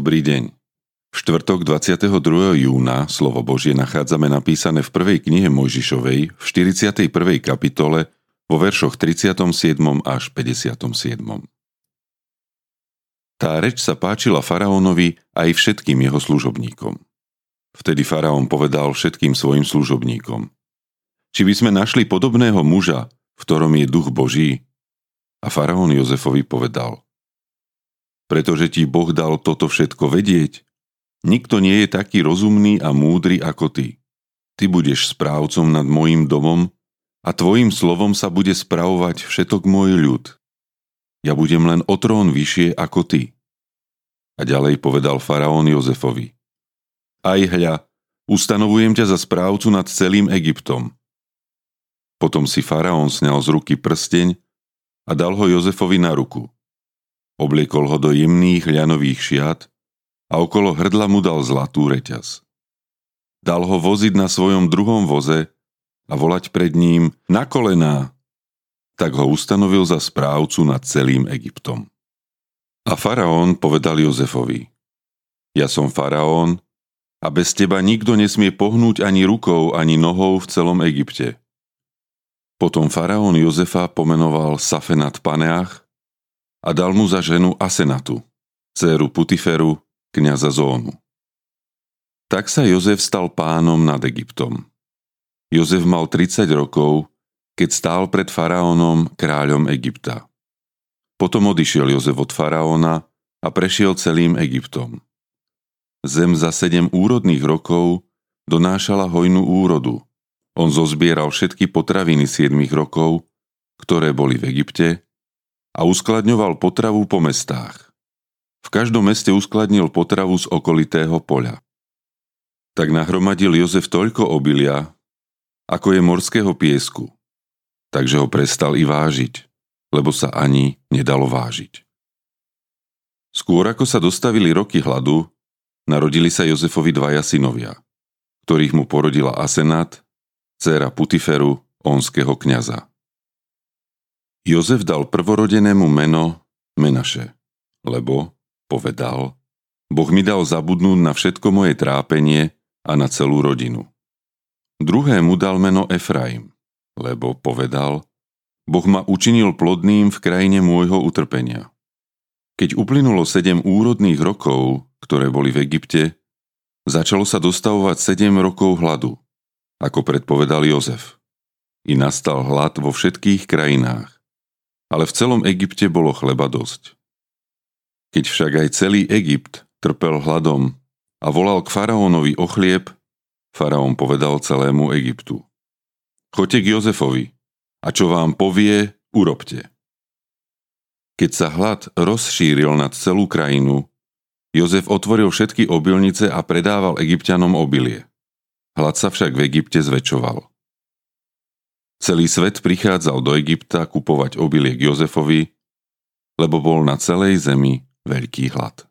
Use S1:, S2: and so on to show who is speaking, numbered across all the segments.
S1: Dobrý deň. V štvrtok 22. júna slovo Božie nachádzame napísané v prvej knihe Mojžišovej v 41. kapitole vo veršoch 37. až 57. Tá reč sa páčila faraónovi aj všetkým jeho služobníkom. Vtedy faraón povedal všetkým svojim služobníkom: Či by sme našli podobného muža, v ktorom je duch Boží? A faraón Jozefovi povedal: Pretože ti Boh dal toto všetko vedieť, nikto nie je taký rozumný a múdry ako ty. Ty budeš správcom nad mojím domom a tvojim slovom sa bude spravovať všetok môj ľud. Ja budem len o trón vyššie ako ty. A ďalej povedal faraón Jozefovi: Aj hľa, ustanovujem ťa za správcu nad celým Egyptom. Potom si faraón sňal z ruky prsteň a dal ho Jozefovi na ruku. Obliekol ho do jemných ľanových šiat a okolo hrdla mu dal zlatú reťaz. Dal ho voziť na svojom druhom voze a volať pred ním na kolená. Tak ho ustanovil za správcu nad celým Egyptom. A faraón povedal Jozefovi: Ja som faraón a bez teba nikto nesmie pohnúť ani rukou, ani nohou v celom Egypte. Potom faraón Jozefa pomenoval Safenat Paneach a dal mu za ženu Asenatu, dcéru Putiferu, kňaza Zónu. Tak sa Jozef stal pánom nad Egyptom. Jozef mal 30 rokov, keď stál pred faraónom, kráľom Egypta. Potom odišiel Jozef od faraóna a prešiel celým Egyptom. Zem za 7 úrodných rokov donášala hojnú úrodu. On zozbieral všetky potraviny 7 rokov, ktoré boli v Egypte, a uskladňoval potravu po mestách. V každom meste uskladnil potravu z okolitého poľa. Tak nahromadil Jozef toľko obilia, ako je morského piesku, takže ho prestal i vážiť, lebo sa ani nedalo vážiť. Skôr ako sa dostavili roky hladu, narodili sa Jozefovi 2 synovia, ktorých mu porodila Asenat, dcéra Putiferu, onského kňaza. Jozef dal prvorodenému meno Menaše, lebo, povedal, Boh mi dal zabudnúť na všetko moje trápenie a na celú rodinu. Druhému dal meno Efraim, lebo, povedal, Boh ma učinil plodným v krajine môjho utrpenia. Keď uplynulo 7 úrodných rokov, ktoré boli v Egypte, začalo sa dostavovať 7 rokov hladu, ako predpovedal Jozef. I nastal hlad vo všetkých krajinách, ale v celom Egypte bolo chleba dosť. Keď však aj celý Egypt trpel hladom a volal k faraónovi o chlieb, faraón povedal celému Egyptu: Choďte k Jozefovi a čo vám povie, urobte. Keď sa hlad rozšíril nad celú krajinu, Jozef otvoril všetky obilnice a predával Egypťanom obilie. Hlad sa však v Egypte zväčšoval. Celý svet prichádzal do Egypta kupovať obilie k Jozefovi, lebo bol na celej zemi veľký hlad.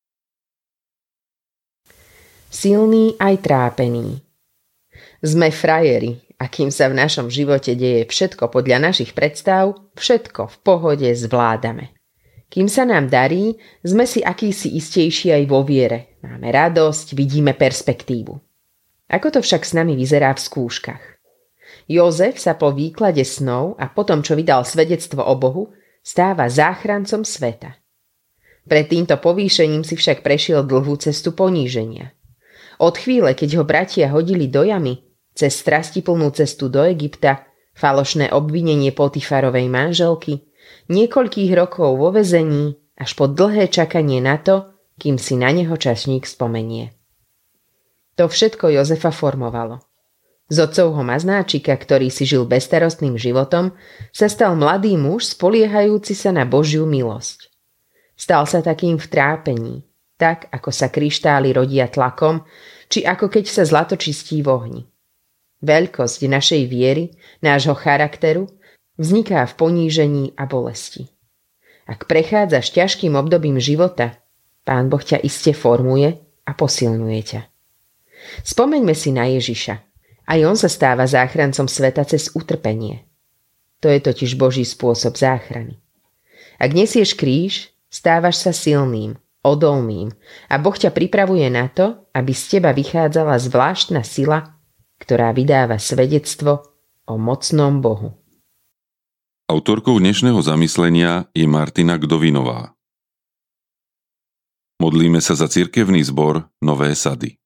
S2: Silný aj trápený. Sme frajeri, a kým sa v našom živote deje všetko podľa našich predstav, všetko v pohode zvládame. Kým sa nám darí, sme si akýsi istejší aj vo viere. Máme radosť, vidíme perspektívu. Ako to však s nami vyzerá v skúškach? Jozef sa po výklade snov a potom, čo vydal svedectvo o Bohu, stáva záchrancom sveta. Pred týmto povýšením si však prešiel dlhú cestu poníženia. Od chvíle, keď ho bratia hodili do jamy, cez strastiplnú cestu do Egypta, falošné obvinenie Potifarovej manželky, niekoľkých rokov vo väzení, až po dlhé čakanie na to, kým si na neho čašník spomenie. To všetko Jozefa formovalo. Z otcovho maznáčika, ktorý si žil bezstarostným životom, sa stal mladý muž spoliehajúci sa na Božiu milosť. Stal sa takým v trápení, tak ako sa kryštály rodia tlakom, či ako keď sa zlato čistí v ohni. Veľkosť našej viery, nášho charakteru, vzniká v ponížení a bolesti. Ak prechádzaš ťažkým obdobím života, Pán Boh ťa iste formuje a posilňuje ťa. Spomeňme si na Ježiša. Aj on sa stáva záchrancom sveta cez utrpenie. To je totiž Boží spôsob záchrany. Ak nesieš kríž, stávaš sa silným, odolným a Boh ťa pripravuje na to, aby z teba vychádzala zvláštna sila, ktorá vydáva svedectvo o mocnom Bohu.
S1: Autorkou dnešného zamyslenia je Martina Gdovinová. Modlíme sa za cirkevný zbor Nové Sady.